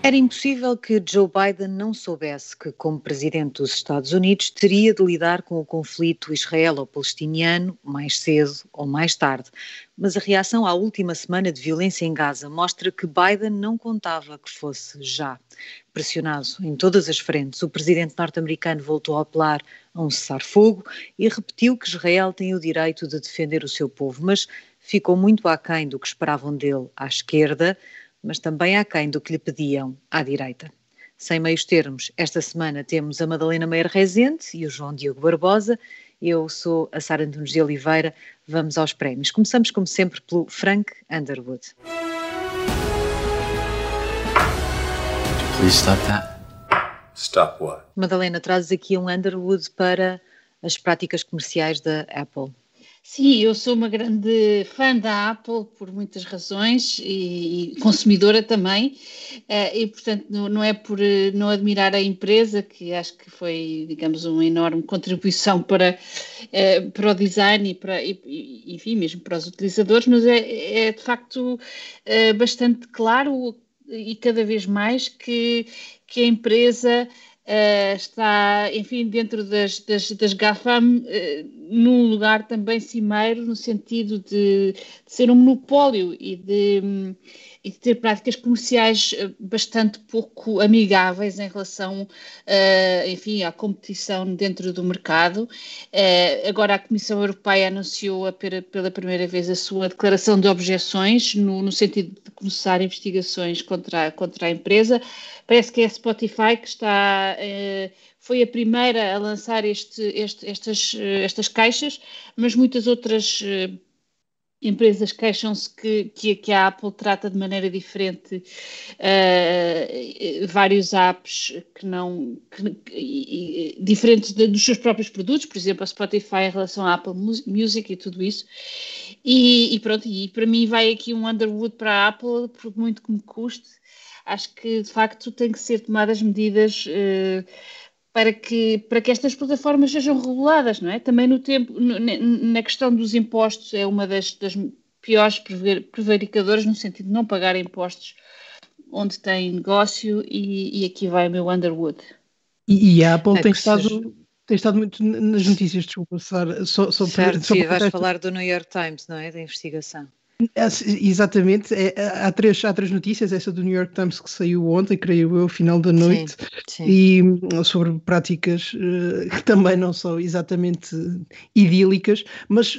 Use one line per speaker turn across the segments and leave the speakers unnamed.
Era impossível que Joe Biden não soubesse que, como presidente dos Estados Unidos, teria de lidar com o conflito israelo-palestiniano mais cedo ou mais tarde. Mas a reação à última semana de violência em Gaza mostra que Biden não contava que fosse já. Pressionado em todas as frentes, o presidente norte-americano voltou a apelar a um cessar-fogo e repetiu que Israel tem o direito de defender o seu povo, mas ficou muito aquém do que esperavam dele à esquerda, mas também aquém do que lhe pediam à direita. Sem meios termos, esta semana temos a Madalena Meira Rezende e o João Diogo Barbosa. Eu sou a Sara Antunes de Oliveira. Vamos aos prémios. Começamos, como sempre, pelo Frank Underwood.
Please stop that.
Stop what?
Madalena, trazes aqui um Underwood para as práticas comerciais da Apple.
Sim, eu sou uma grande fã da Apple por muitas razões e consumidora também, e portanto não é por não admirar a empresa, que acho que foi, digamos, uma enorme contribuição para o design e enfim, mesmo para os utilizadores, mas é de facto bastante claro e cada vez mais que a empresa está, enfim, dentro das GAFAM, num lugar também cimeiro, no sentido de ser um monopólio e de ter práticas comerciais bastante pouco amigáveis em relação, enfim, à competição dentro do mercado. Agora a Comissão Europeia anunciou pela primeira vez a sua declaração de objeções no sentido de começar investigações contra a empresa. Parece que é a Spotify que foi a primeira a lançar estas caixas, mas muitas outras empresas queixam-se que a Apple trata de maneira diferente vários apps diferentes dos seus próprios produtos, por exemplo, a Spotify em relação à Apple Music e tudo isso. E pronto, e para mim vai aqui um Underwood para a Apple, por muito que me custe. Acho que, de facto, tem que ser tomadas medidas para que estas plataformas sejam reguladas, não é? Também na questão dos impostos, é uma das piores prevaricadoras, no sentido de não pagar impostos onde tem negócio, e aqui vai o meu Underwood.
E a Apple tem estado muito nas notícias, desculpa, Sara.
Vais falar do New York Times, não é? Da investigação.
Exatamente, há três notícias, essa do New York Times que saiu ontem, creio eu, ao final da noite, sim. E sobre práticas que também não são exatamente idílicas, mas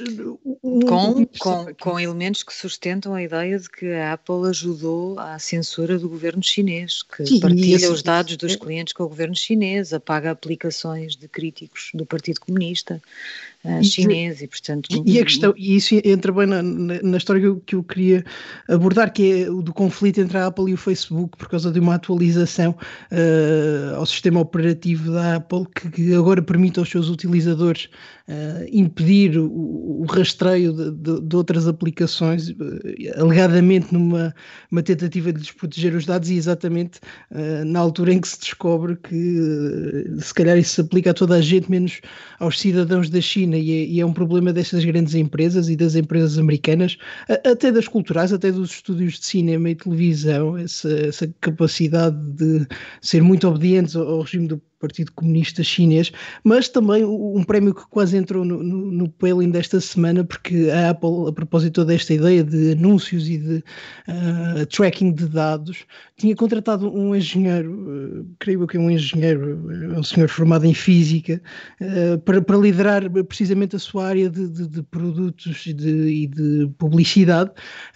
com elementos que sustentam a ideia de que a Apple ajudou à censura do governo chinês, que partilha os dados dos clientes com o governo chinês, apaga aplicações de críticos do Partido Comunista chinês, e portanto...
E isso entra bem na história que eu queria abordar, que é o do conflito entre a Apple e o Facebook, por causa de uma atualização ao sistema operativo da Apple, que agora permite aos seus utilizadores impedir o rastreio de outras aplicações, alegadamente numa tentativa de lhes proteger os dados, e exatamente na altura em que se descobre que se calhar isso se aplica a toda a gente, menos aos cidadãos da China, e é um problema destas grandes empresas e das empresas americanas, até das culturais, até dos estúdios de cinema e televisão, essa capacidade de ser muito obedientes ao regime do Partido Comunista Chinês, mas também um prémio que quase entrou no Palin desta semana, porque a Apple, a propósito desta ideia de anúncios e de tracking de dados, tinha contratado um engenheiro, creio que é um senhor formado em física, para liderar precisamente a sua área de produtos e de publicidade,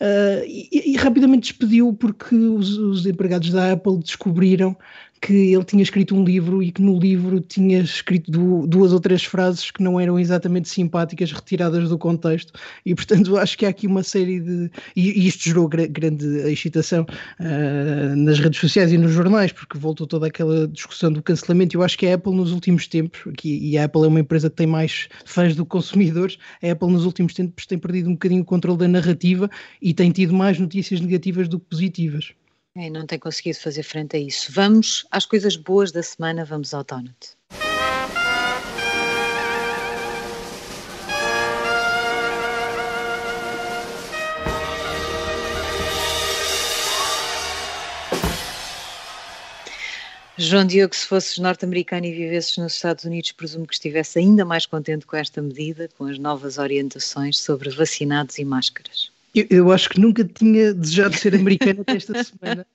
e rapidamente despediu porque os empregados da Apple descobriram que ele tinha escrito um livro e que no livro tinha escrito duas ou três frases que não eram exatamente simpáticas, retiradas do contexto, e portanto acho que há aqui uma série de... E isto gerou grande excitação nas redes sociais e nos jornais, porque voltou toda aquela discussão do cancelamento. Eu acho que a Apple nos últimos tempos, e a Apple é uma empresa que tem mais fãs do que consumidores, a Apple nos últimos tempos tem perdido um bocadinho o controle da narrativa e tem tido mais notícias negativas do que positivas.
Não tem conseguido fazer frente a isso. Vamos às coisas boas da semana, vamos ao Donut. João Diogo, se fosses norte-americano e vivesses nos Estados Unidos, presumo que estivesse ainda mais contente com esta medida, com as novas orientações sobre vacinados e máscaras.
Eu acho que nunca tinha desejado ser americano até esta semana.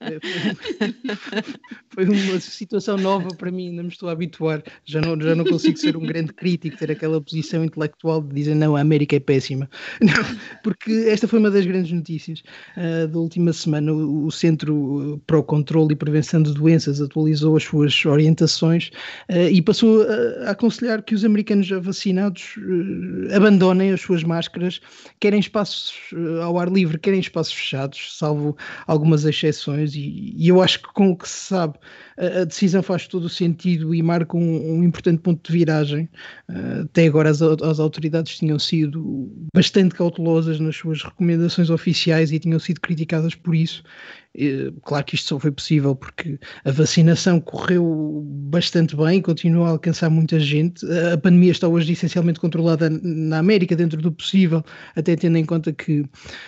Foi uma situação nova para mim, ainda me estou a habituar. Já não consigo ser um grande crítico, ter aquela posição intelectual de dizer não, a América é péssima. Não, porque esta foi uma das grandes notícias da última semana. O Centro para o Controlo e Prevenção de Doenças atualizou as suas orientações e passou a aconselhar que os americanos já vacinados abandonem as suas máscaras, querem espaços ao ar livre, querem espaços fechados, salvo algumas exceções, e eu acho que com o que se sabe a decisão faz todo o sentido e marca um importante ponto de viragem. Até agora as autoridades tinham sido bastante cautelosas nas suas recomendações oficiais e tinham sido criticadas por isso. Claro que isto só foi possível porque a vacinação correu bastante bem, continua a alcançar muita gente. A pandemia está hoje essencialmente controlada na América, dentro do possível, até tendo em conta que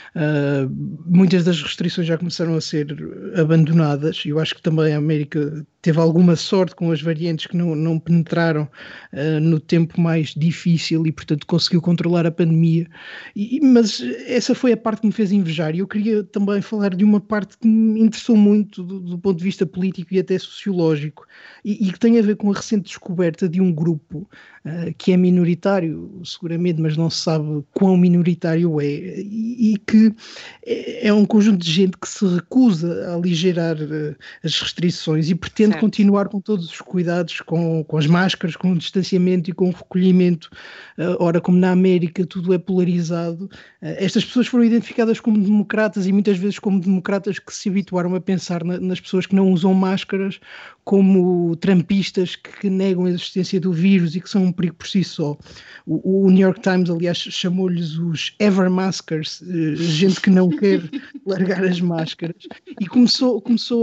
muitas das restrições já começaram a ser abandonadas. Eu acho que também a América teve alguma sorte com as variantes que não penetraram no tempo mais difícil e, portanto, conseguiu controlar a pandemia. Mas essa foi a parte que me fez invejar. E eu queria também falar de uma parte que me interessou muito do ponto de vista político e até sociológico, e que tem a ver com a recente descoberta de um grupo que é minoritário, seguramente, mas não se sabe quão minoritário é, e que é um conjunto de gente que se recusa a aligerar as restrições e pretende continuar com todos os cuidados, com as máscaras, com o distanciamento e com o recolhimento. Ora, como na América tudo é polarizado, estas pessoas foram identificadas como democratas e muitas vezes como democratas que se habituaram a pensar nas pessoas que não usam máscaras como trampistas que negam a existência do vírus e que são um perigo por si só. O New York Times, aliás, chamou-lhes os ever-maskers, gente que não quer largar as máscaras, e começou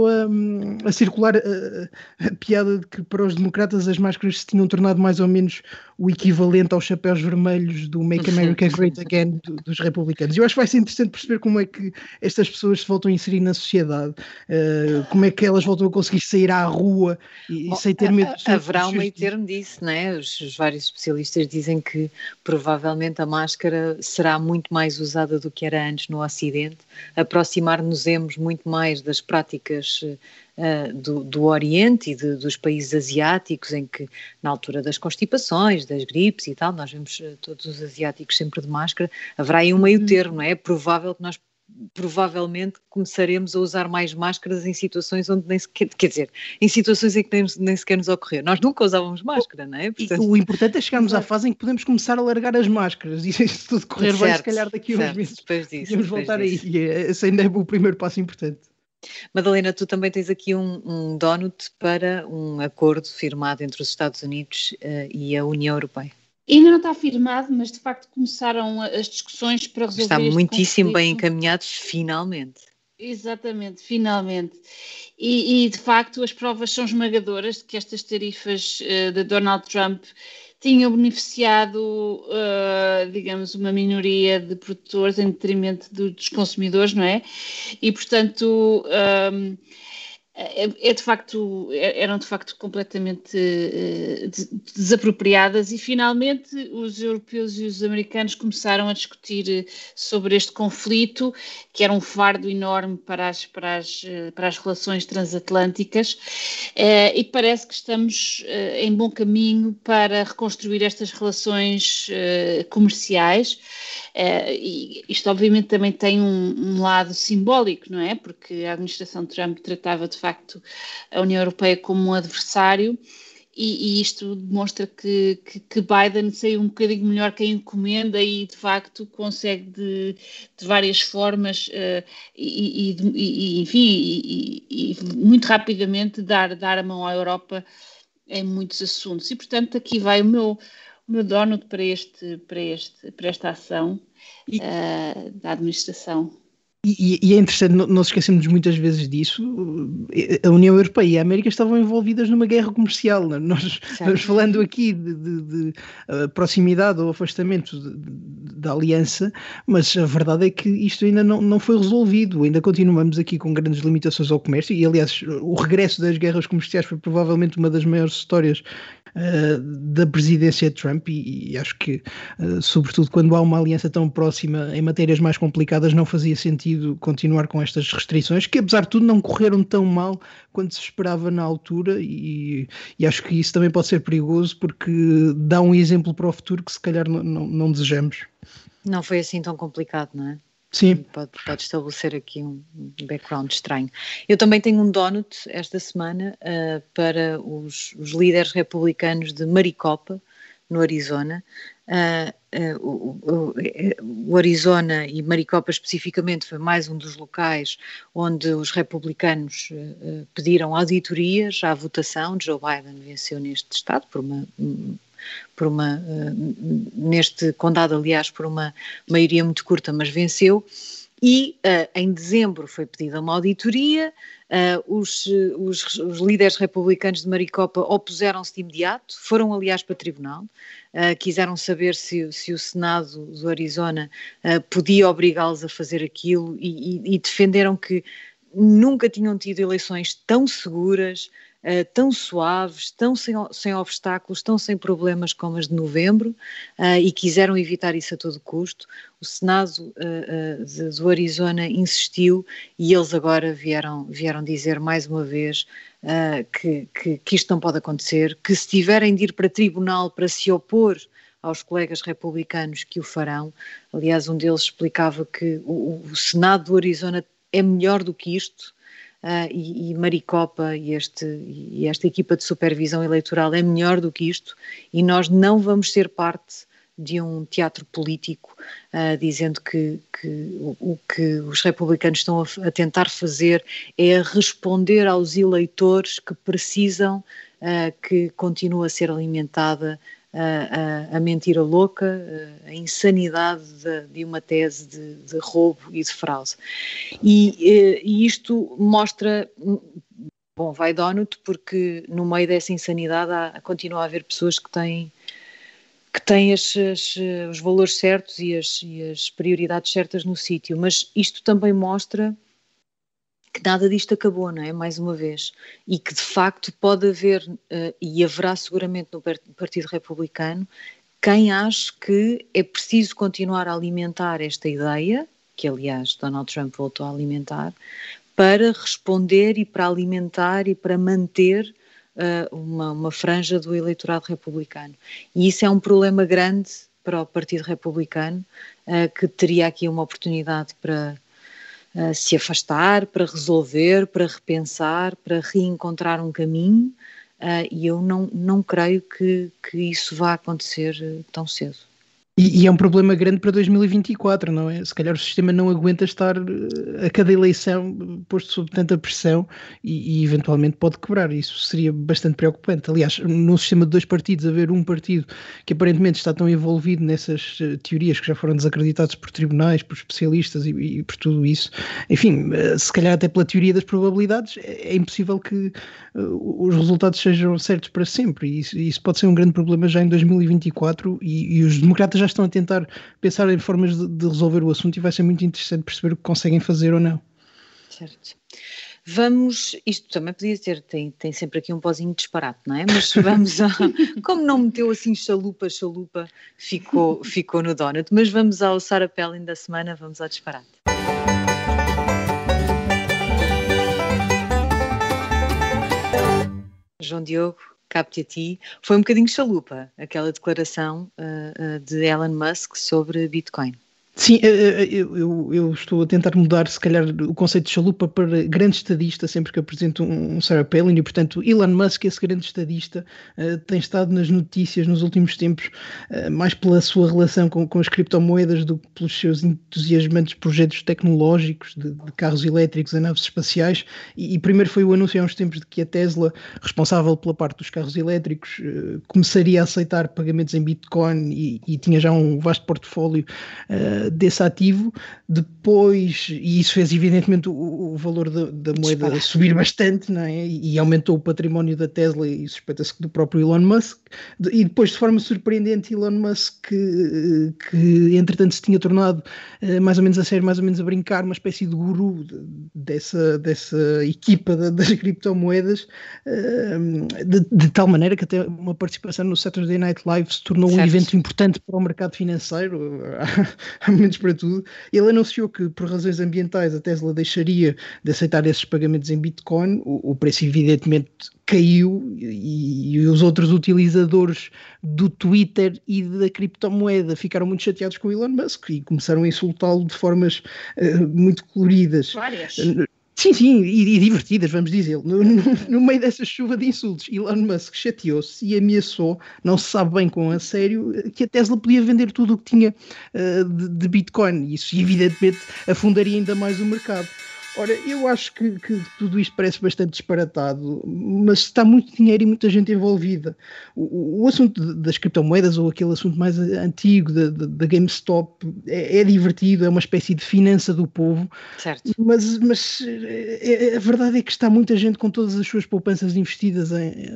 a circular a piada de que para os democratas as máscaras se tinham tornado mais ou menos o equivalente aos chapéus vermelhos do Make America Great Again dos republicanos. Eu acho que vai ser interessante perceber como é que estas pessoas se voltam a inserir na sociedade, como é que elas voltam a conseguir sair à rua e sem ter medo de...
Haverá um meio termo disso, não é? Os vários especialistas dizem que provavelmente a máscara será muito mais usada do que era antes no Ocidente, aproximar-nos-emos muito mais das práticas do Oriente e dos países asiáticos, em que na altura das constipações, das gripes e tal, nós vemos todos os asiáticos sempre de máscara. Haverá aí um meio termo, não é? É provável que nós provavelmente começaremos a usar mais máscaras em situações onde nem sequer, quer dizer, em situações em que nem sequer nos ocorreu. Nós nunca usávamos máscara, não é?
Portanto, o importante é chegarmos à fase em que podemos começar a largar as máscaras e se tudo correr bem, se calhar daqui a uns meses podemos voltar aí. Esse ainda é o primeiro passo importante.
Madalena, tu também tens aqui um donut para um acordo firmado entre os Estados Unidos e a União Europeia.
Ainda não está firmado, mas de facto começaram as discussões para resolver
este conflito. Está muitíssimo bem encaminhados, finalmente.
Exatamente, finalmente. E de facto as provas são esmagadoras de que estas tarifas de Donald Trump tinham beneficiado, digamos, uma minoria de produtores em detrimento dos consumidores, não é? E, portanto, eram de facto completamente desapropriadas, e finalmente os europeus e os americanos começaram a discutir sobre este conflito, que era um fardo enorme para as relações transatlânticas, e parece que estamos em bom caminho para reconstruir estas relações comerciais. E isto obviamente também tem um lado simbólico, não é? Porque a administração Trump tratava de facto a União Europeia como um adversário, e isto demonstra que Biden saiu um bocadinho melhor que a encomenda e de facto consegue de várias formas e muito rapidamente dar a mão à Europa em muitos assuntos. E portanto aqui vai o meu donut para esta ação da administração.
E é interessante, não se esquecemos muitas vezes disso, a União Europeia e a América estavam envolvidas numa guerra comercial. Não é? Nós estamos falando aqui de proximidade ou afastamento da aliança, mas a verdade é que isto ainda não foi resolvido, ainda continuamos aqui com grandes limitações ao comércio e, aliás, o regresso das guerras comerciais foi provavelmente uma das maiores histórias da presidência de Trump e acho que, sobretudo quando há uma aliança tão próxima em matérias mais complicadas, não fazia sentido continuar com estas restrições, que apesar de tudo não correram tão mal quanto se esperava na altura e acho que isso também pode ser perigoso porque dá um exemplo para o futuro que se calhar não desejamos.
Não foi assim tão complicado, não é?
Sim.
Pode estabelecer aqui um background estranho. Eu também tenho um donut esta semana para os líderes republicanos de Maricopa, no Arizona. O Arizona e Maricopa especificamente foi mais um dos locais onde os republicanos pediram auditorias à votação. Joe Biden venceu neste estado neste condado, aliás, por uma maioria muito curta, mas venceu. E em dezembro foi pedida uma auditoria, os líderes republicanos de Maricopa opuseram-se de imediato, foram aliás para tribunal, quiseram saber se o Senado do Arizona podia obrigá-los a fazer aquilo e defenderam que nunca tinham tido eleições tão seguras, tão suaves, tão sem obstáculos, tão sem problemas como as de novembro, e quiseram evitar isso a todo custo. O Senado do Arizona insistiu e eles agora vieram dizer mais uma vez que isto não pode acontecer, que se tiverem de ir para tribunal para se opor aos colegas republicanos que o farão. Aliás, um deles explicava que o Senado do Arizona é melhor do que isto, e Maricopa e esta equipa de supervisão eleitoral é melhor do que isto, e nós não vamos ser parte de um teatro político, dizendo que o que os republicanos estão a tentar fazer é responder aos eleitores que precisam que continue a ser alimentada a mentira louca, a insanidade de uma tese de roubo e de fraude. E isto mostra, bom, vai donut, porque no meio dessa insanidade continua a haver pessoas que têm os valores certos e as prioridades certas no sítio, mas isto também mostra que nada disto acabou, não é? Mais uma vez. E que de facto pode haver, e haverá seguramente no Partido Republicano, quem acha que é preciso continuar a alimentar esta ideia, que aliás Donald Trump voltou a alimentar, para responder e para alimentar e para manter uma franja do eleitorado republicano. E isso é um problema grande para o Partido Republicano, que teria aqui uma oportunidade para se afastar, para resolver, para repensar, para reencontrar um caminho, e eu não creio que isso vá acontecer tão cedo.
E é um problema grande para 2024, não é? Se calhar o sistema não aguenta estar a cada eleição posto sob tanta pressão e eventualmente pode quebrar. Isso seria bastante preocupante. Aliás, num sistema de dois partidos, haver um partido que aparentemente está tão envolvido nessas teorias que já foram desacreditadas por tribunais, por especialistas e por tudo isso. Enfim, se calhar até pela teoria das probabilidades, é impossível que os resultados sejam certos para sempre. E isso pode ser um grande problema já em 2024 e os democratas já estão a tentar pensar em formas de resolver o assunto e vai ser muito interessante perceber o que conseguem fazer ou não.
Certo. Isto também podia ter, tem sempre aqui um pozinho de disparate, não é? Mas vamos como não meteu assim chalupa, ficou no donut, mas vamos ao Sarah Palin da semana, vamos ao disparate. João Diogo, capte a ti, foi um bocadinho chalupa aquela declaração de Elon Musk sobre Bitcoin.
Sim, eu estou a tentar mudar, se calhar, o conceito de chalupa para grande estadista sempre que apresento um Sarah Palin e, portanto, Elon Musk, esse grande estadista, tem estado nas notícias nos últimos tempos mais pela sua relação com as criptomoedas do que pelos seus entusiasmantes projetos tecnológicos de carros elétricos a naves espaciais e primeiro foi o anúncio há uns tempos de que a Tesla, responsável pela parte dos carros elétricos, começaria a aceitar pagamentos em Bitcoin e tinha já um vasto portfólio desse ativo. Depois, e isso fez evidentemente o valor da moeda subir bastante, não é? E aumentou o património da Tesla e suspeita-se que do próprio Elon Musk. E depois, de forma surpreendente, Elon Musk, que entretanto se tinha tornado mais ou menos a sério, mais ou menos a brincar, uma espécie de guru dessa equipa das criptomoedas, de tal maneira que até uma participação no Saturday Night Live se tornou um evento importante para o mercado financeiro, há momentos para tudo. Ele anunciou que, por razões ambientais, a Tesla deixaria de aceitar esses pagamentos em Bitcoin. O preço evidentemente caiu e os outros utilizadores do Twitter e da criptomoeda ficaram muito chateados com o Elon Musk e começaram a insultá-lo de formas muito coloridas.
Várias.
Sim, e divertidas, vamos dizer. No meio dessa chuva de insultos, Elon Musk chateou-se e ameaçou, não se sabe bem com a sério, que a Tesla podia vender tudo o que tinha de Bitcoin. Isso, evidentemente, afundaria ainda mais o mercado. Ora, eu acho que tudo isto parece bastante disparatado, mas está muito dinheiro e muita gente envolvida. O assunto das criptomoedas, ou aquele assunto mais antigo da GameStop, é divertido, é uma espécie de finança do povo.
Certo.
Mas a verdade é que está muita gente com todas as suas poupanças investidas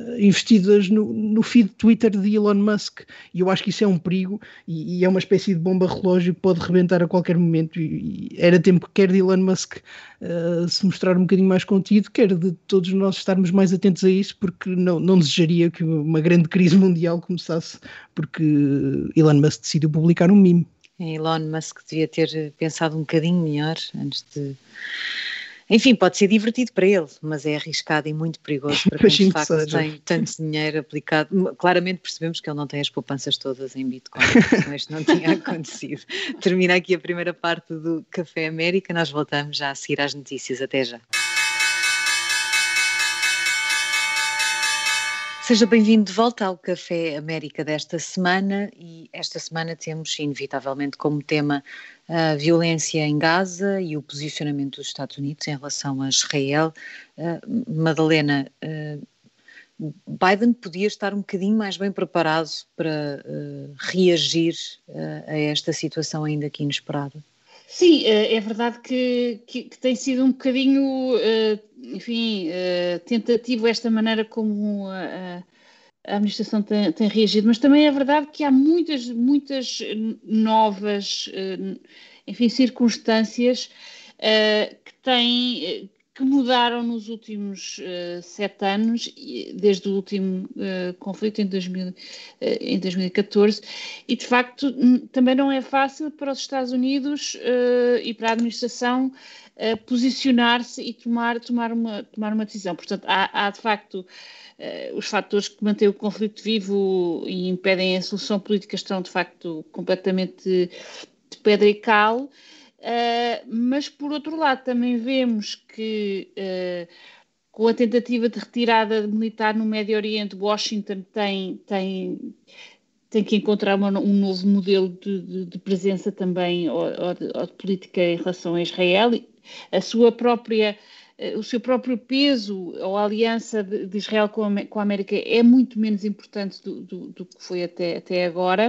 no feed Twitter de Elon Musk, e eu acho que isso é um perigo e é uma espécie de bomba relógio que pode rebentar a qualquer momento, e era tempo que quer de Elon Musk se mostrar um bocadinho mais contido, quer de todos nós estarmos mais atentos a isso, porque não desejaria que uma grande crise mundial começasse porque Elon Musk decidiu publicar um meme.
Elon Musk devia ter pensado um bocadinho melhor antes de... Enfim, pode ser divertido para ele, mas é arriscado e muito perigoso para quem de facto tem tanto dinheiro aplicado. Claramente percebemos que ele não tem as poupanças todas em Bitcoin, senão isto não tinha acontecido. Termina aqui a primeira parte do Café América, nós voltamos já a seguir às notícias. Até já. Seja bem-vindo de volta ao Café América desta semana, e esta semana temos inevitavelmente como tema a violência em Gaza e o posicionamento dos Estados Unidos em relação a Israel. Madalena, Biden podia estar um bocadinho mais bem preparado para reagir a esta situação ainda que inesperada.
Sim, é verdade que tem sido um bocadinho, tentativo esta maneira como a administração tem reagido, mas também é verdade que há muitas novas, circunstâncias que mudaram nos últimos 7 anos, desde o último conflito em 2014, e de facto também não é fácil para os Estados Unidos e para a administração posicionar-se e tomar uma decisão. Portanto, há de facto os fatores que mantêm o conflito vivo e impedem a solução política estão de facto completamente de pedra e cal. Mas por outro lado também vemos que com a tentativa de retirada militar no Médio Oriente, Washington tem que encontrar um novo modelo de presença também ou de política em relação a Israel. O seu próprio peso ou a aliança de Israel com a América é muito menos importante do que foi até agora.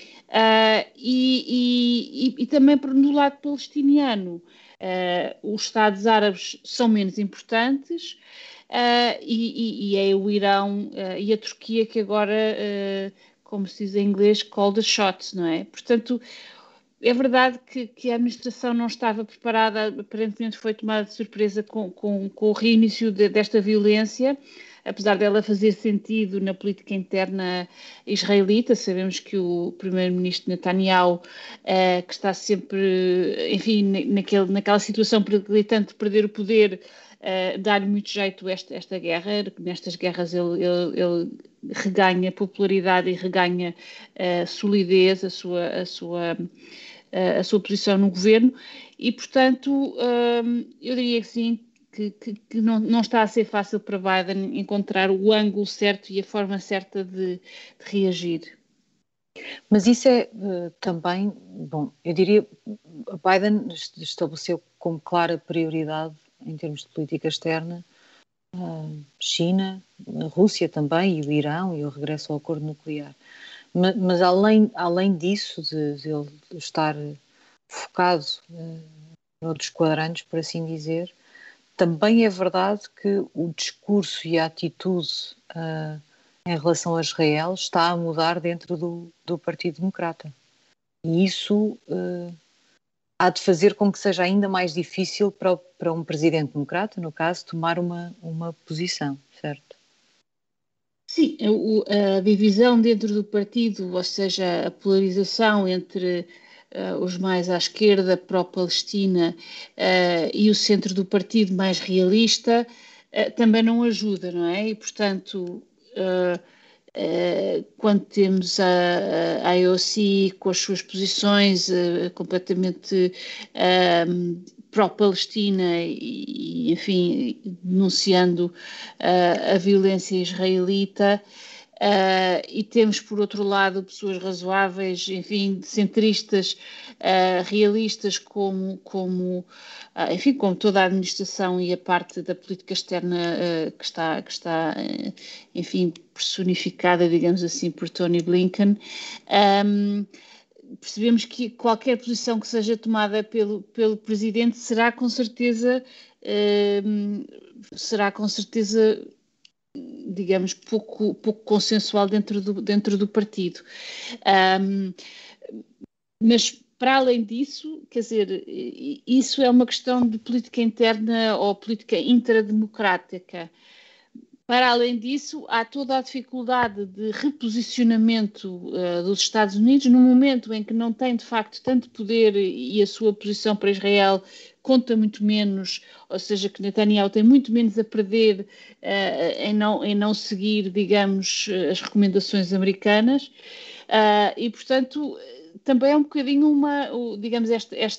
E também no lado palestiniano, os Estados Árabes são menos importantes, e é o Irão e a Turquia que agora, como se diz em inglês, call the shots, não é? Portanto, é verdade que a administração não estava preparada, aparentemente foi tomada de surpresa com o reinício desta violência, apesar dela fazer sentido na política interna israelita. Sabemos que o primeiro-ministro Netanyahu, que está sempre, naquela situação gritante de perder o poder, dá-lhe muito jeito esta guerra. Nestas guerras ele reganha popularidade e reganha solidez, a sua posição no governo, e portanto eu diria que sim, que não está a ser fácil para Biden encontrar o ângulo certo e a forma certa de reagir.
Mas isso é também, bom, eu diria, Biden estabeleceu como clara prioridade em termos de política externa a China, a Rússia também, e o Irão, e o regresso ao acordo nuclear. Mas além disso, de ele estar focado noutros quadrantes, por assim dizer. Também é verdade que o discurso e a atitude em relação a Israel está a mudar dentro do Partido Democrata. E isso há de fazer com que seja ainda mais difícil para um presidente democrata, no caso, tomar uma posição, certo?
Sim, a divisão dentro do partido, ou seja, a polarização entre os mais à esquerda, pró-Palestina, e o centro do partido mais realista, também não ajuda, não é? E, portanto, quando temos a IOC com as suas posições completamente pró-Palestina e, enfim, denunciando a violência israelita, e temos, por outro lado, pessoas razoáveis, enfim, centristas, realistas, como toda a administração e a parte da política externa que está enfim, personificada, digamos assim, por Tony Blinken. Percebemos que qualquer posição que seja tomada pelo presidente será com certeza, digamos, pouco consensual dentro do partido. Mas, para além disso, quer dizer, isso é uma questão de política interna ou política intrademocrática. Para além disso, há toda a dificuldade de reposicionamento dos Estados Unidos no momento em que não tem, de facto, tanto poder e a sua posição para Israel conta muito menos, ou seja, que Netanyahu tem muito menos a perder em não seguir, digamos, as recomendações americanas. E, portanto, também é um bocadinho digamos,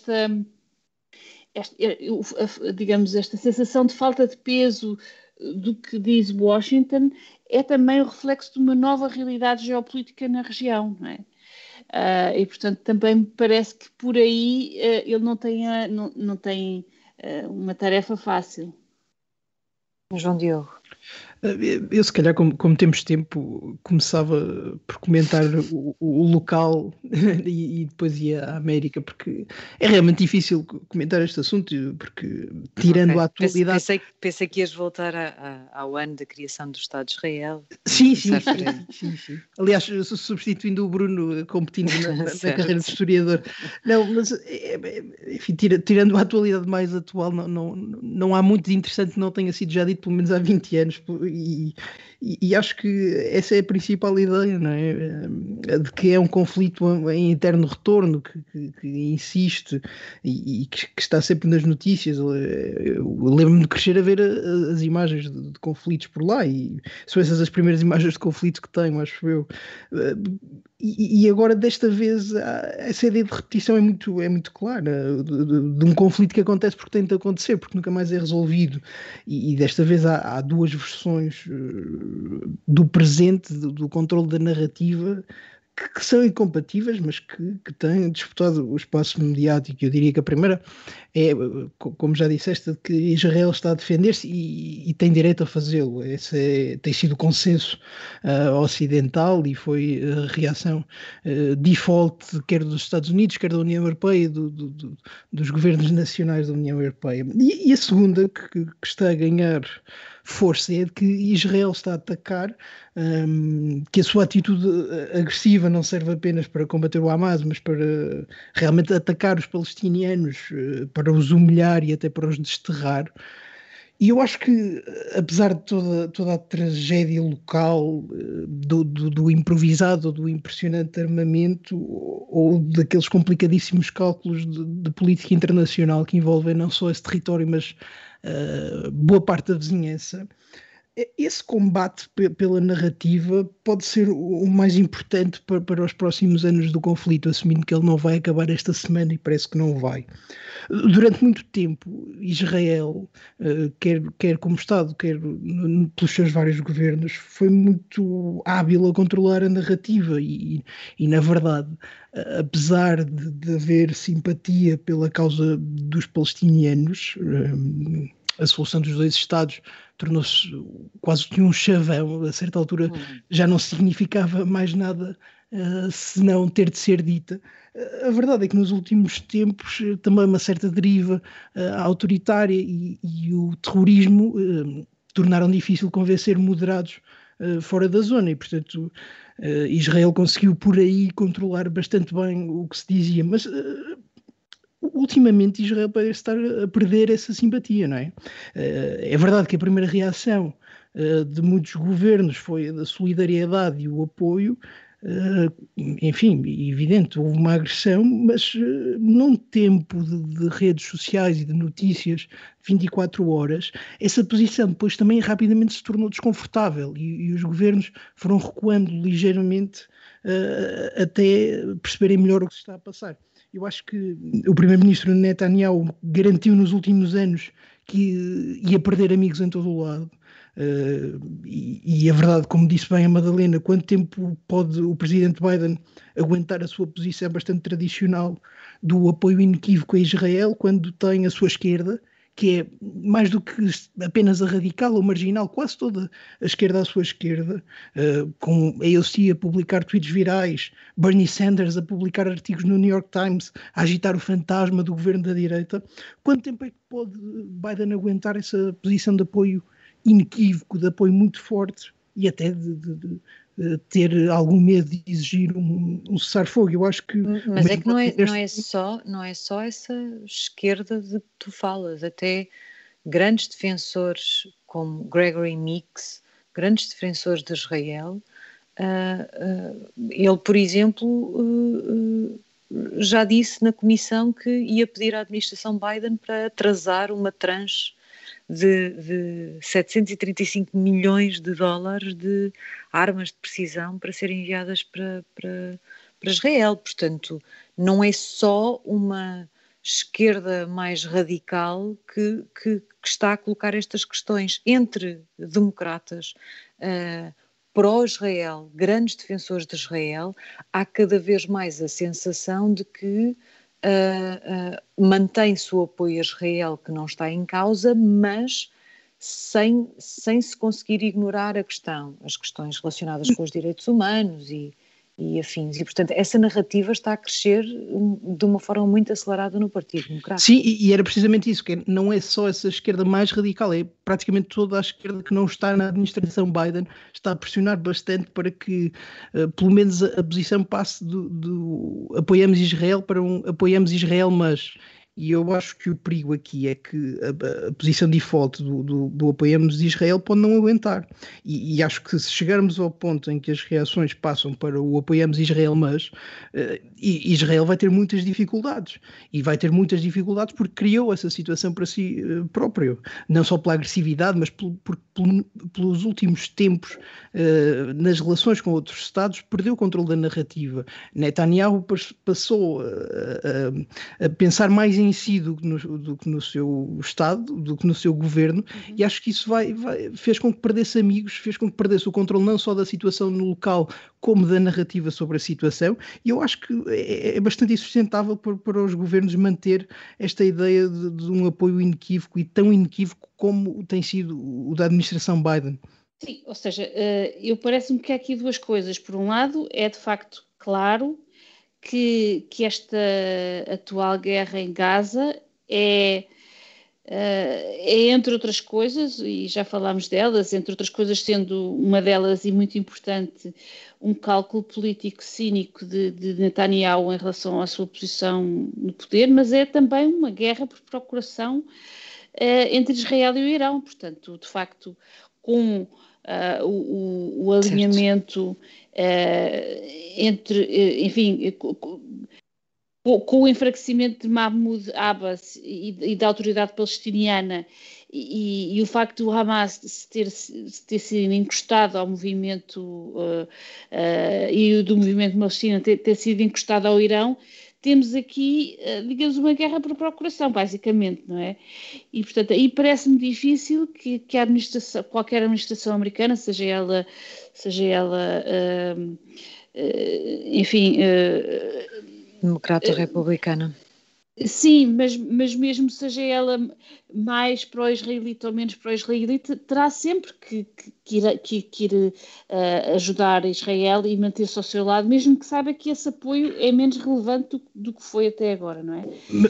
esta sensação de falta de peso do que diz Washington é também o reflexo de uma nova realidade geopolítica na região, não é? E, portanto, também me parece que por aí ele não tem uma tarefa fácil.
João Diogo.
Eu, se calhar, como temos tempo, começava por comentar o local e depois ia à América, porque é realmente difícil comentar este assunto, porque tirando a atualidade...
Pensei que ias voltar ao ano da criação do Estado de Israel.
Sim. Aliás, substituindo o Bruno, competindo na carreira de historiador. Não, mas, enfim, tirando a atualidade mais atual, não há muito de interessante que não tenha sido já dito, pelo menos há 20 anos, e acho que essa é a principal ideia, não é? De que é um conflito em eterno retorno, que insiste e que está sempre nas notícias. Eu lembro-me de crescer a ver as imagens de conflitos por lá, e são essas as primeiras imagens de conflitos que tenho, acho eu. E agora, desta vez, essa ideia de repetição é muito clara, de um conflito que acontece porque tem de acontecer, porque nunca mais é resolvido. E desta vez há duas versões do presente, do controle da narrativa, que são incompatíveis, mas que têm disputado o espaço mediático. Eu diria que a primeira é, como já disseste, que Israel está a defender-se e tem direito a fazê-lo. Esse tem sido o consenso ocidental e foi a reação default, quer dos Estados Unidos, quer da União Europeia, dos governos nacionais da União Europeia. E a segunda, que está a ganhar força, é de que Israel está a atacar, que a sua atitude agressiva não serve apenas para combater o Hamas, mas para realmente atacar os palestinianos, para os humilhar e até para os desterrar. E eu acho que, apesar de toda a tragédia local, do improvisado ou do impressionante armamento, ou daqueles complicadíssimos cálculos de política internacional que envolvem não só esse território, mas boa parte da vizinhança, esse combate pela narrativa pode ser o mais importante para os próximos anos do conflito, assumindo que ele não vai acabar esta semana, e parece que não vai. Durante muito tempo, Israel, quer como Estado, quer pelos seus vários governos, foi muito hábil a controlar a narrativa e na verdade, apesar de haver simpatia pela causa dos palestinianos, a solução dos dois Estados tornou-se quase que um chavão. A certa altura já não significava mais nada se não ter de ser dita. A verdade é que nos últimos tempos também uma certa deriva autoritária e o terrorismo tornaram difícil convencer moderados fora da zona e, portanto, Israel conseguiu por aí controlar bastante bem o que se dizia, mas ultimamente Israel parece estar a perder essa simpatia, não é? É verdade que a primeira reação de muitos governos foi a da solidariedade e o apoio, enfim, evidente, houve uma agressão, mas num tempo de redes sociais e de notícias 24 horas, essa posição depois também rapidamente se tornou desconfortável e os governos foram recuando ligeiramente até perceberem melhor o que se está a passar. Eu acho que o primeiro-ministro Netanyahu garantiu nos últimos anos que ia perder amigos em todo o lado. E a verdade, como disse bem a Madalena, quanto tempo pode o presidente Biden aguentar a sua posição bastante tradicional do apoio inequívoco a Israel quando tem a sua esquerda, que é mais do que apenas a radical ou marginal, quase toda a esquerda à sua esquerda, com a AOC a publicar tweets virais, Bernie Sanders a publicar artigos no New York Times, a agitar o fantasma do governo da direita. Quanto tempo é que pode Biden aguentar essa posição de apoio inequívoco, de apoio muito forte e até de ter algum medo de exigir um cessar-fogo? Eu acho que...
Mas é que não é só essa esquerda de que tu falas, até grandes defensores como Gregory Meeks, grandes defensores de Israel, ele, por exemplo, já disse na comissão que ia pedir à administração Biden para atrasar uma tranche de 735 milhões de dólares de armas de precisão para serem enviadas para Israel. Portanto, não é só uma esquerda mais radical que está a colocar estas questões entre democratas, pró-Israel, grandes defensores de Israel. Há cada vez mais a sensação de que mantém-se o apoio a Israel, que não está em causa, mas sem se conseguir ignorar as questões relacionadas com os direitos humanos e afins. E, portanto, essa narrativa está a crescer de uma forma muito acelerada no Partido Democrata.
Sim, e era precisamente isso, que não é só essa esquerda mais radical, é praticamente toda a esquerda que não está na administração Biden, está a pressionar bastante para que, pelo menos, a posição passe do apoiamos Israel para um apoiamos Israel, mas... E eu acho que o perigo aqui é que a posição default do apoiamos Israel pode não aguentar. E acho que se chegarmos ao ponto em que as reações passam para o apoiamos Israel, mas Israel vai ter muitas dificuldades. E vai ter muitas dificuldades porque criou essa situação para si próprio. Não só pela agressividade, mas pelos últimos tempos, nas relações com outros Estados, perdeu o controle da narrativa. Netanyahu passou a pensar mais em si do que no seu Estado, do que no seu governo, e acho que isso fez com que perdesse amigos, fez com que perdesse o controle não só da situação no local, como da narrativa sobre a situação, e eu acho que é bastante insustentável para os governos manter esta ideia de um apoio inequívoco e tão inequívoco como tem sido o da administração Biden.
Sim, ou seja, parece-me que há aqui duas coisas. Por um lado, é de facto claro que esta atual guerra em Gaza é, entre outras coisas, e já falámos delas, entre outras coisas sendo uma delas e muito importante, um cálculo político cínico de Netanyahu em relação à sua posição no poder, mas é também uma guerra por procuração entre Israel e o Irão. Portanto, de facto, com o alinhamento entre, enfim, com o enfraquecimento de Mahmoud Abbas e da autoridade palestiniana e o facto do Hamas ter sido encostado ao movimento e do movimento palestino ter sido encostado ao Irão, temos aqui, digamos, uma guerra por procuração, basicamente, não é? E, portanto, aí parece-me difícil que qualquer administração americana, seja ela enfim...
democrata ou republicana.
Sim, mas mesmo seja ela mais pró-israelita ou menos pró-israelita, terá sempre que ir ajudar Israel e manter-se ao seu lado, mesmo que saiba que esse apoio é menos relevante do que foi até agora, não é?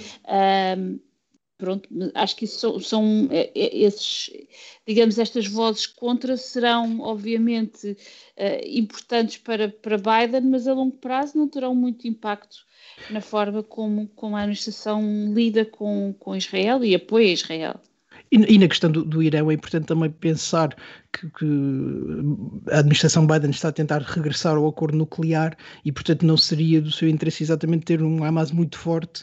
Pronto, acho que isso são esses, digamos, estas vozes contra serão, obviamente, importantes para Biden, mas a longo prazo não terão muito impacto na forma como a administração lida com Israel e apoia Israel.
E na questão do Irão é importante também pensar que a administração Biden está a tentar regressar ao acordo nuclear e, portanto, não seria do seu interesse exatamente ter um Hamas muito forte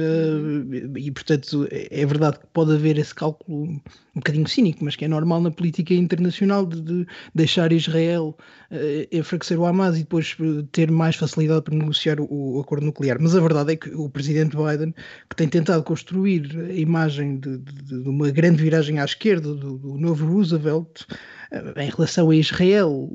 e, portanto, é verdade que pode haver esse cálculo um bocadinho cínico, mas que é normal na política internacional de deixar Israel enfraquecer o Hamas e depois ter mais facilidade para negociar o acordo nuclear. Mas a verdade é que o presidente Biden, que tem tentado construir a imagem de uma grande viragem à esquerda do novo Roosevelt, em relação a Israel,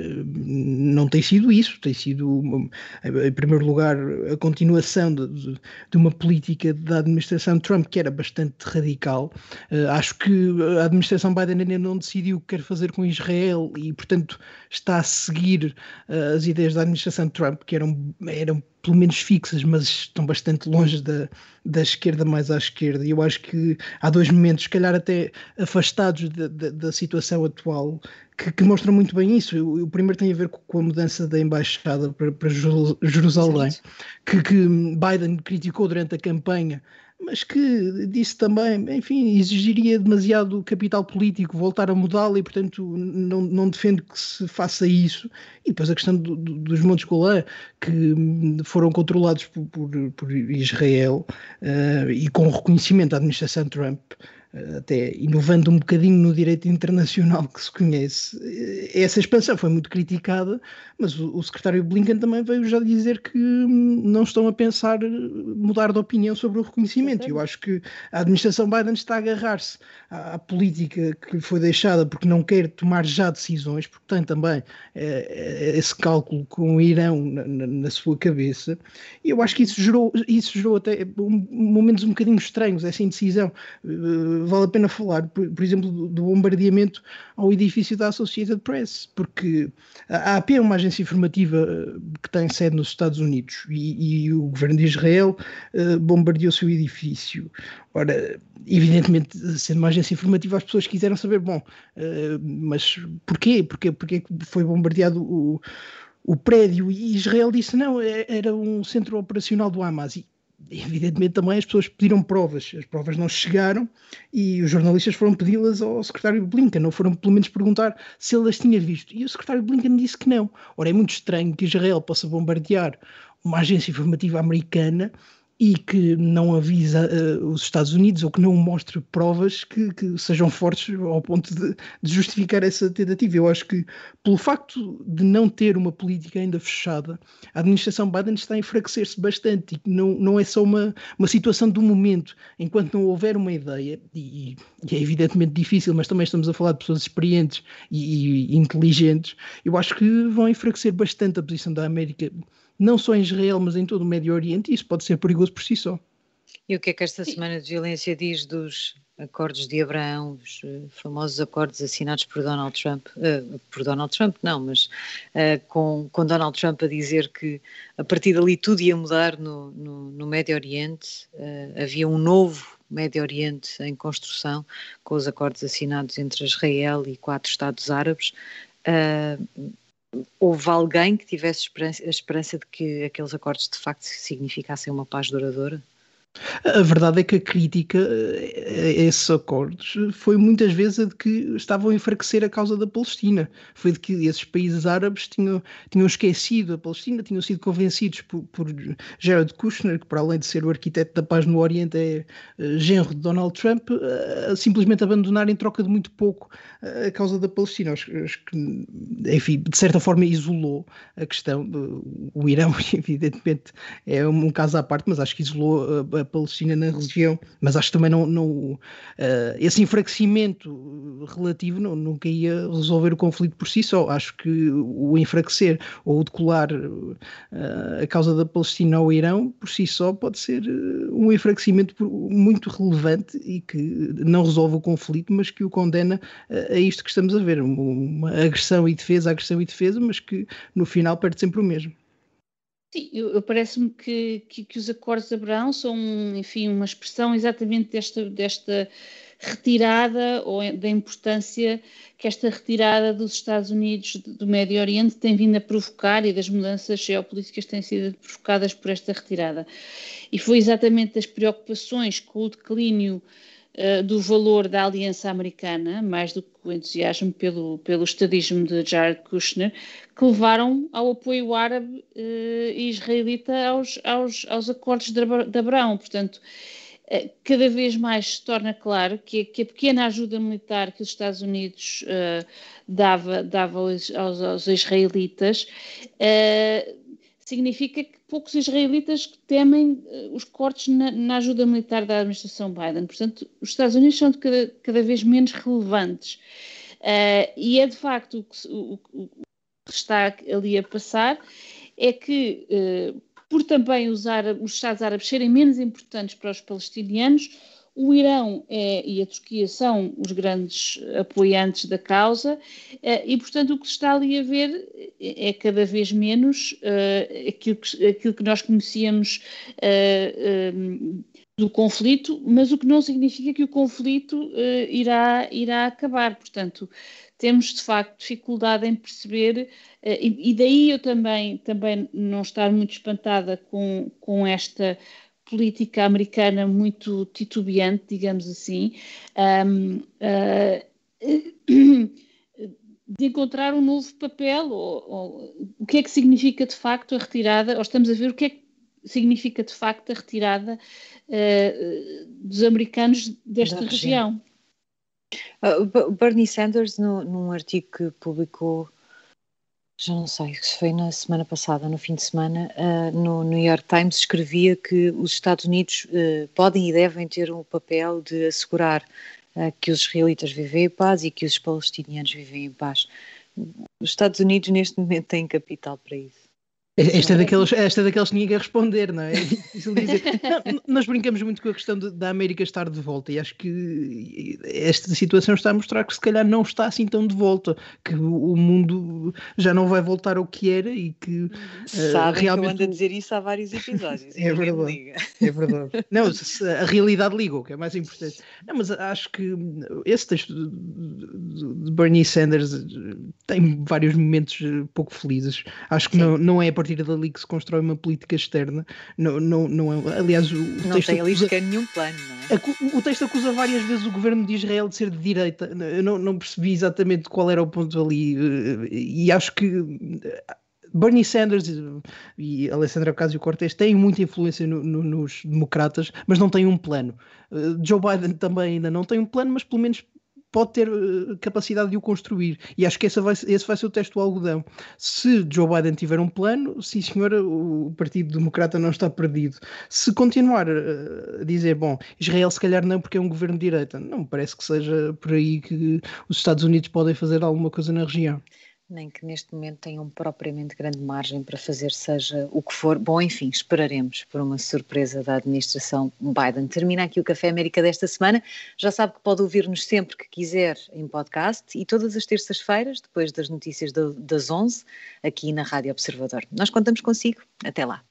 não tem sido isso, tem sido, em primeiro lugar, a continuação de uma política da administração Trump que era bastante radical. Acho que a administração Biden ainda não decidiu o que quer fazer com Israel e, portanto, está a seguir as ideias da administração Trump, que eram pelo menos fixas, mas estão bastante longe da esquerda mais à esquerda. E eu acho que há dois momentos, se calhar até afastados da situação atual, que mostram muito bem isso. O primeiro tem a ver com a mudança da embaixada para Jerusalém, que Biden criticou durante a campanha, mas que disse também, enfim, exigiria demasiado capital político voltar a mudá-la e, portanto, não defende que se faça isso. E depois a questão dos Montes Golã, que foram controlados por Israel e com o reconhecimento da administração Trump, até inovando um bocadinho no direito internacional que se conhece. Essa expansão foi muito criticada, mas o secretário Blinken também veio já dizer que não estão a pensar mudar de opinião sobre o reconhecimento. Eu acho que a administração Biden está a agarrar-se à política que lhe foi deixada porque não quer tomar já decisões, porque tem também esse cálculo com o Irão na sua cabeça, e eu acho que isso gerou até momentos um bocadinho estranhos, essa indecisão. Vale a pena falar, por exemplo, do bombardeamento ao edifício da Associated Press, porque a AP é uma agência informativa que tem sede nos Estados Unidos e o governo de Israel bombardeou o seu edifício. Ora, evidentemente, sendo uma agência informativa, as pessoas quiseram saber, mas porquê? Porquê que foi bombardeado o prédio? E Israel disse, não, era um centro operacional do Hamas. E evidentemente também as pessoas pediram provas, as provas não chegaram e os jornalistas foram pedi-las ao secretário Blinken, não foram pelo menos perguntar se ele as tinha visto, e o secretário Blinken disse que não. Ora, é muito estranho que Israel possa bombardear uma agência informativa americana e que não avisa os Estados Unidos ou que não mostre provas que sejam fortes ao ponto de justificar essa tentativa. Eu acho que, pelo facto de não ter uma política ainda fechada, a administração Biden está a enfraquecer-se bastante e não é só uma situação do momento. Enquanto não houver uma ideia, e é evidentemente difícil, mas também estamos a falar de pessoas experientes e inteligentes, eu acho que vão enfraquecer bastante a posição da América, não só em Israel, mas em todo o Médio Oriente, e isso pode ser perigoso por si só.
E o que é que esta semana de violência diz dos acordos de Abraão, os famosos acordos assinados por Donald Trump, mas com Donald Trump a dizer que a partir dali tudo ia mudar no Médio Oriente, havia um novo Médio Oriente em construção, com os acordos assinados entre Israel e 4 Estados árabes. Houve alguém que tivesse a esperança de que aqueles acordos de facto significassem uma paz duradoura?
A verdade é que a crítica a esses acordos foi muitas vezes a de que estavam a enfraquecer a causa da Palestina. Foi de que esses países árabes tinham esquecido a Palestina, tinham sido convencidos por Jared Kushner, que para além de ser o arquiteto da paz no Oriente é genro de Donald Trump, a simplesmente abandonar em troca de muito pouco a causa da Palestina. Acho que, enfim, de certa forma isolou a questão. O Irão, evidentemente, é um caso à parte, mas acho que isolou a Palestina na região, mas acho que também esse enfraquecimento relativo nunca ia resolver o conflito por si só. Acho que o enfraquecer ou o decolar a causa da Palestina ao Irão por si só pode ser um enfraquecimento muito relevante e que não resolve o conflito, mas que o condena a isto que estamos a ver, uma agressão e defesa, mas que no final perde sempre o mesmo.
Sim, parece-me que os acordos de Abraão são, enfim, uma expressão exatamente desta retirada ou da importância que esta retirada dos Estados Unidos do Médio Oriente tem vindo a provocar e das mudanças geopolíticas que têm sido provocadas por esta retirada. E foi exatamente as preocupações com o declínio do valor da aliança americana, mais do que o entusiasmo pelo estadismo de Jared Kushner, que levaram ao apoio árabe e israelita aos acordos de Abraão. Portanto, cada vez mais se torna claro que a pequena ajuda militar que os Estados Unidos dava aos israelitas significa que poucos israelitas temem os cortes na ajuda militar da administração Biden. Portanto, os Estados Unidos são cada vez menos relevantes. E é de facto o que está ali a passar é que, por também os Estados Árabes serem menos importantes para os palestinianos, o Irão e a Turquia são os grandes apoiantes da causa e, portanto, o que se está ali a ver é cada vez menos aquilo que nós conhecíamos do conflito, mas o que não significa que o conflito irá acabar. Portanto, temos, de facto, dificuldade em perceber e daí eu também não estar muito espantada com esta política americana muito titubeante, digamos assim, de encontrar um novo papel, ou o que é que significa de facto a retirada, ou estamos a ver o que é que significa de facto a retirada dos americanos desta região.
Bernie Sanders, num artigo que publicou, já não sei se foi na semana passada, no fim de semana, no New York Times, escrevia que os Estados Unidos podem e devem ter um papel de assegurar que os israelitas vivem em paz e que os palestinianos vivem em paz. Os Estados Unidos neste momento têm capital para isso.
Esta é daqueles que ninguém quer responder, não é? Nós brincamos muito com a questão da América estar de volta e acho que esta situação está a mostrar que se calhar não está assim tão de volta, que o mundo já não vai voltar ao que era e que
sabem realmente... que eu ando a dizer isso há vários episódios.
É verdade, é verdade. Não, a realidade ligou, que é mais importante. Não, mas acho que esse texto de Bernie Sanders tem vários momentos pouco felizes. Acho que não é a partir dali que se constrói uma política externa. Não é, aliás,
não tem ali sequer nenhum plano, não é?
O texto acusa várias vezes o governo de Israel de ser de direita. Eu não percebi exatamente qual era o ponto ali e acho que Bernie Sanders e Alessandra Ocasio-Cortez têm muita influência nos democratas, mas não têm um plano. Joe Biden também ainda não tem um plano, mas pelo menos pode ter capacidade de o construir. E acho que esse vai ser o teste do algodão. Se Joe Biden tiver um plano, sim senhora, o Partido Democrata não está perdido. Se continuar a dizer, bom, Israel se calhar não porque é um governo de direita, não me parece que seja por aí que os Estados Unidos podem fazer alguma coisa na região.
Nem que neste momento tenham propriamente grande margem para fazer seja o que for. Bom, enfim, esperaremos por uma surpresa da administração Biden. Termina aqui o Café América desta semana. Já sabe que pode ouvir-nos sempre que quiser em podcast e todas as terças-feiras, depois das notícias das 11, aqui na Rádio Observador. Nós contamos consigo. Até lá.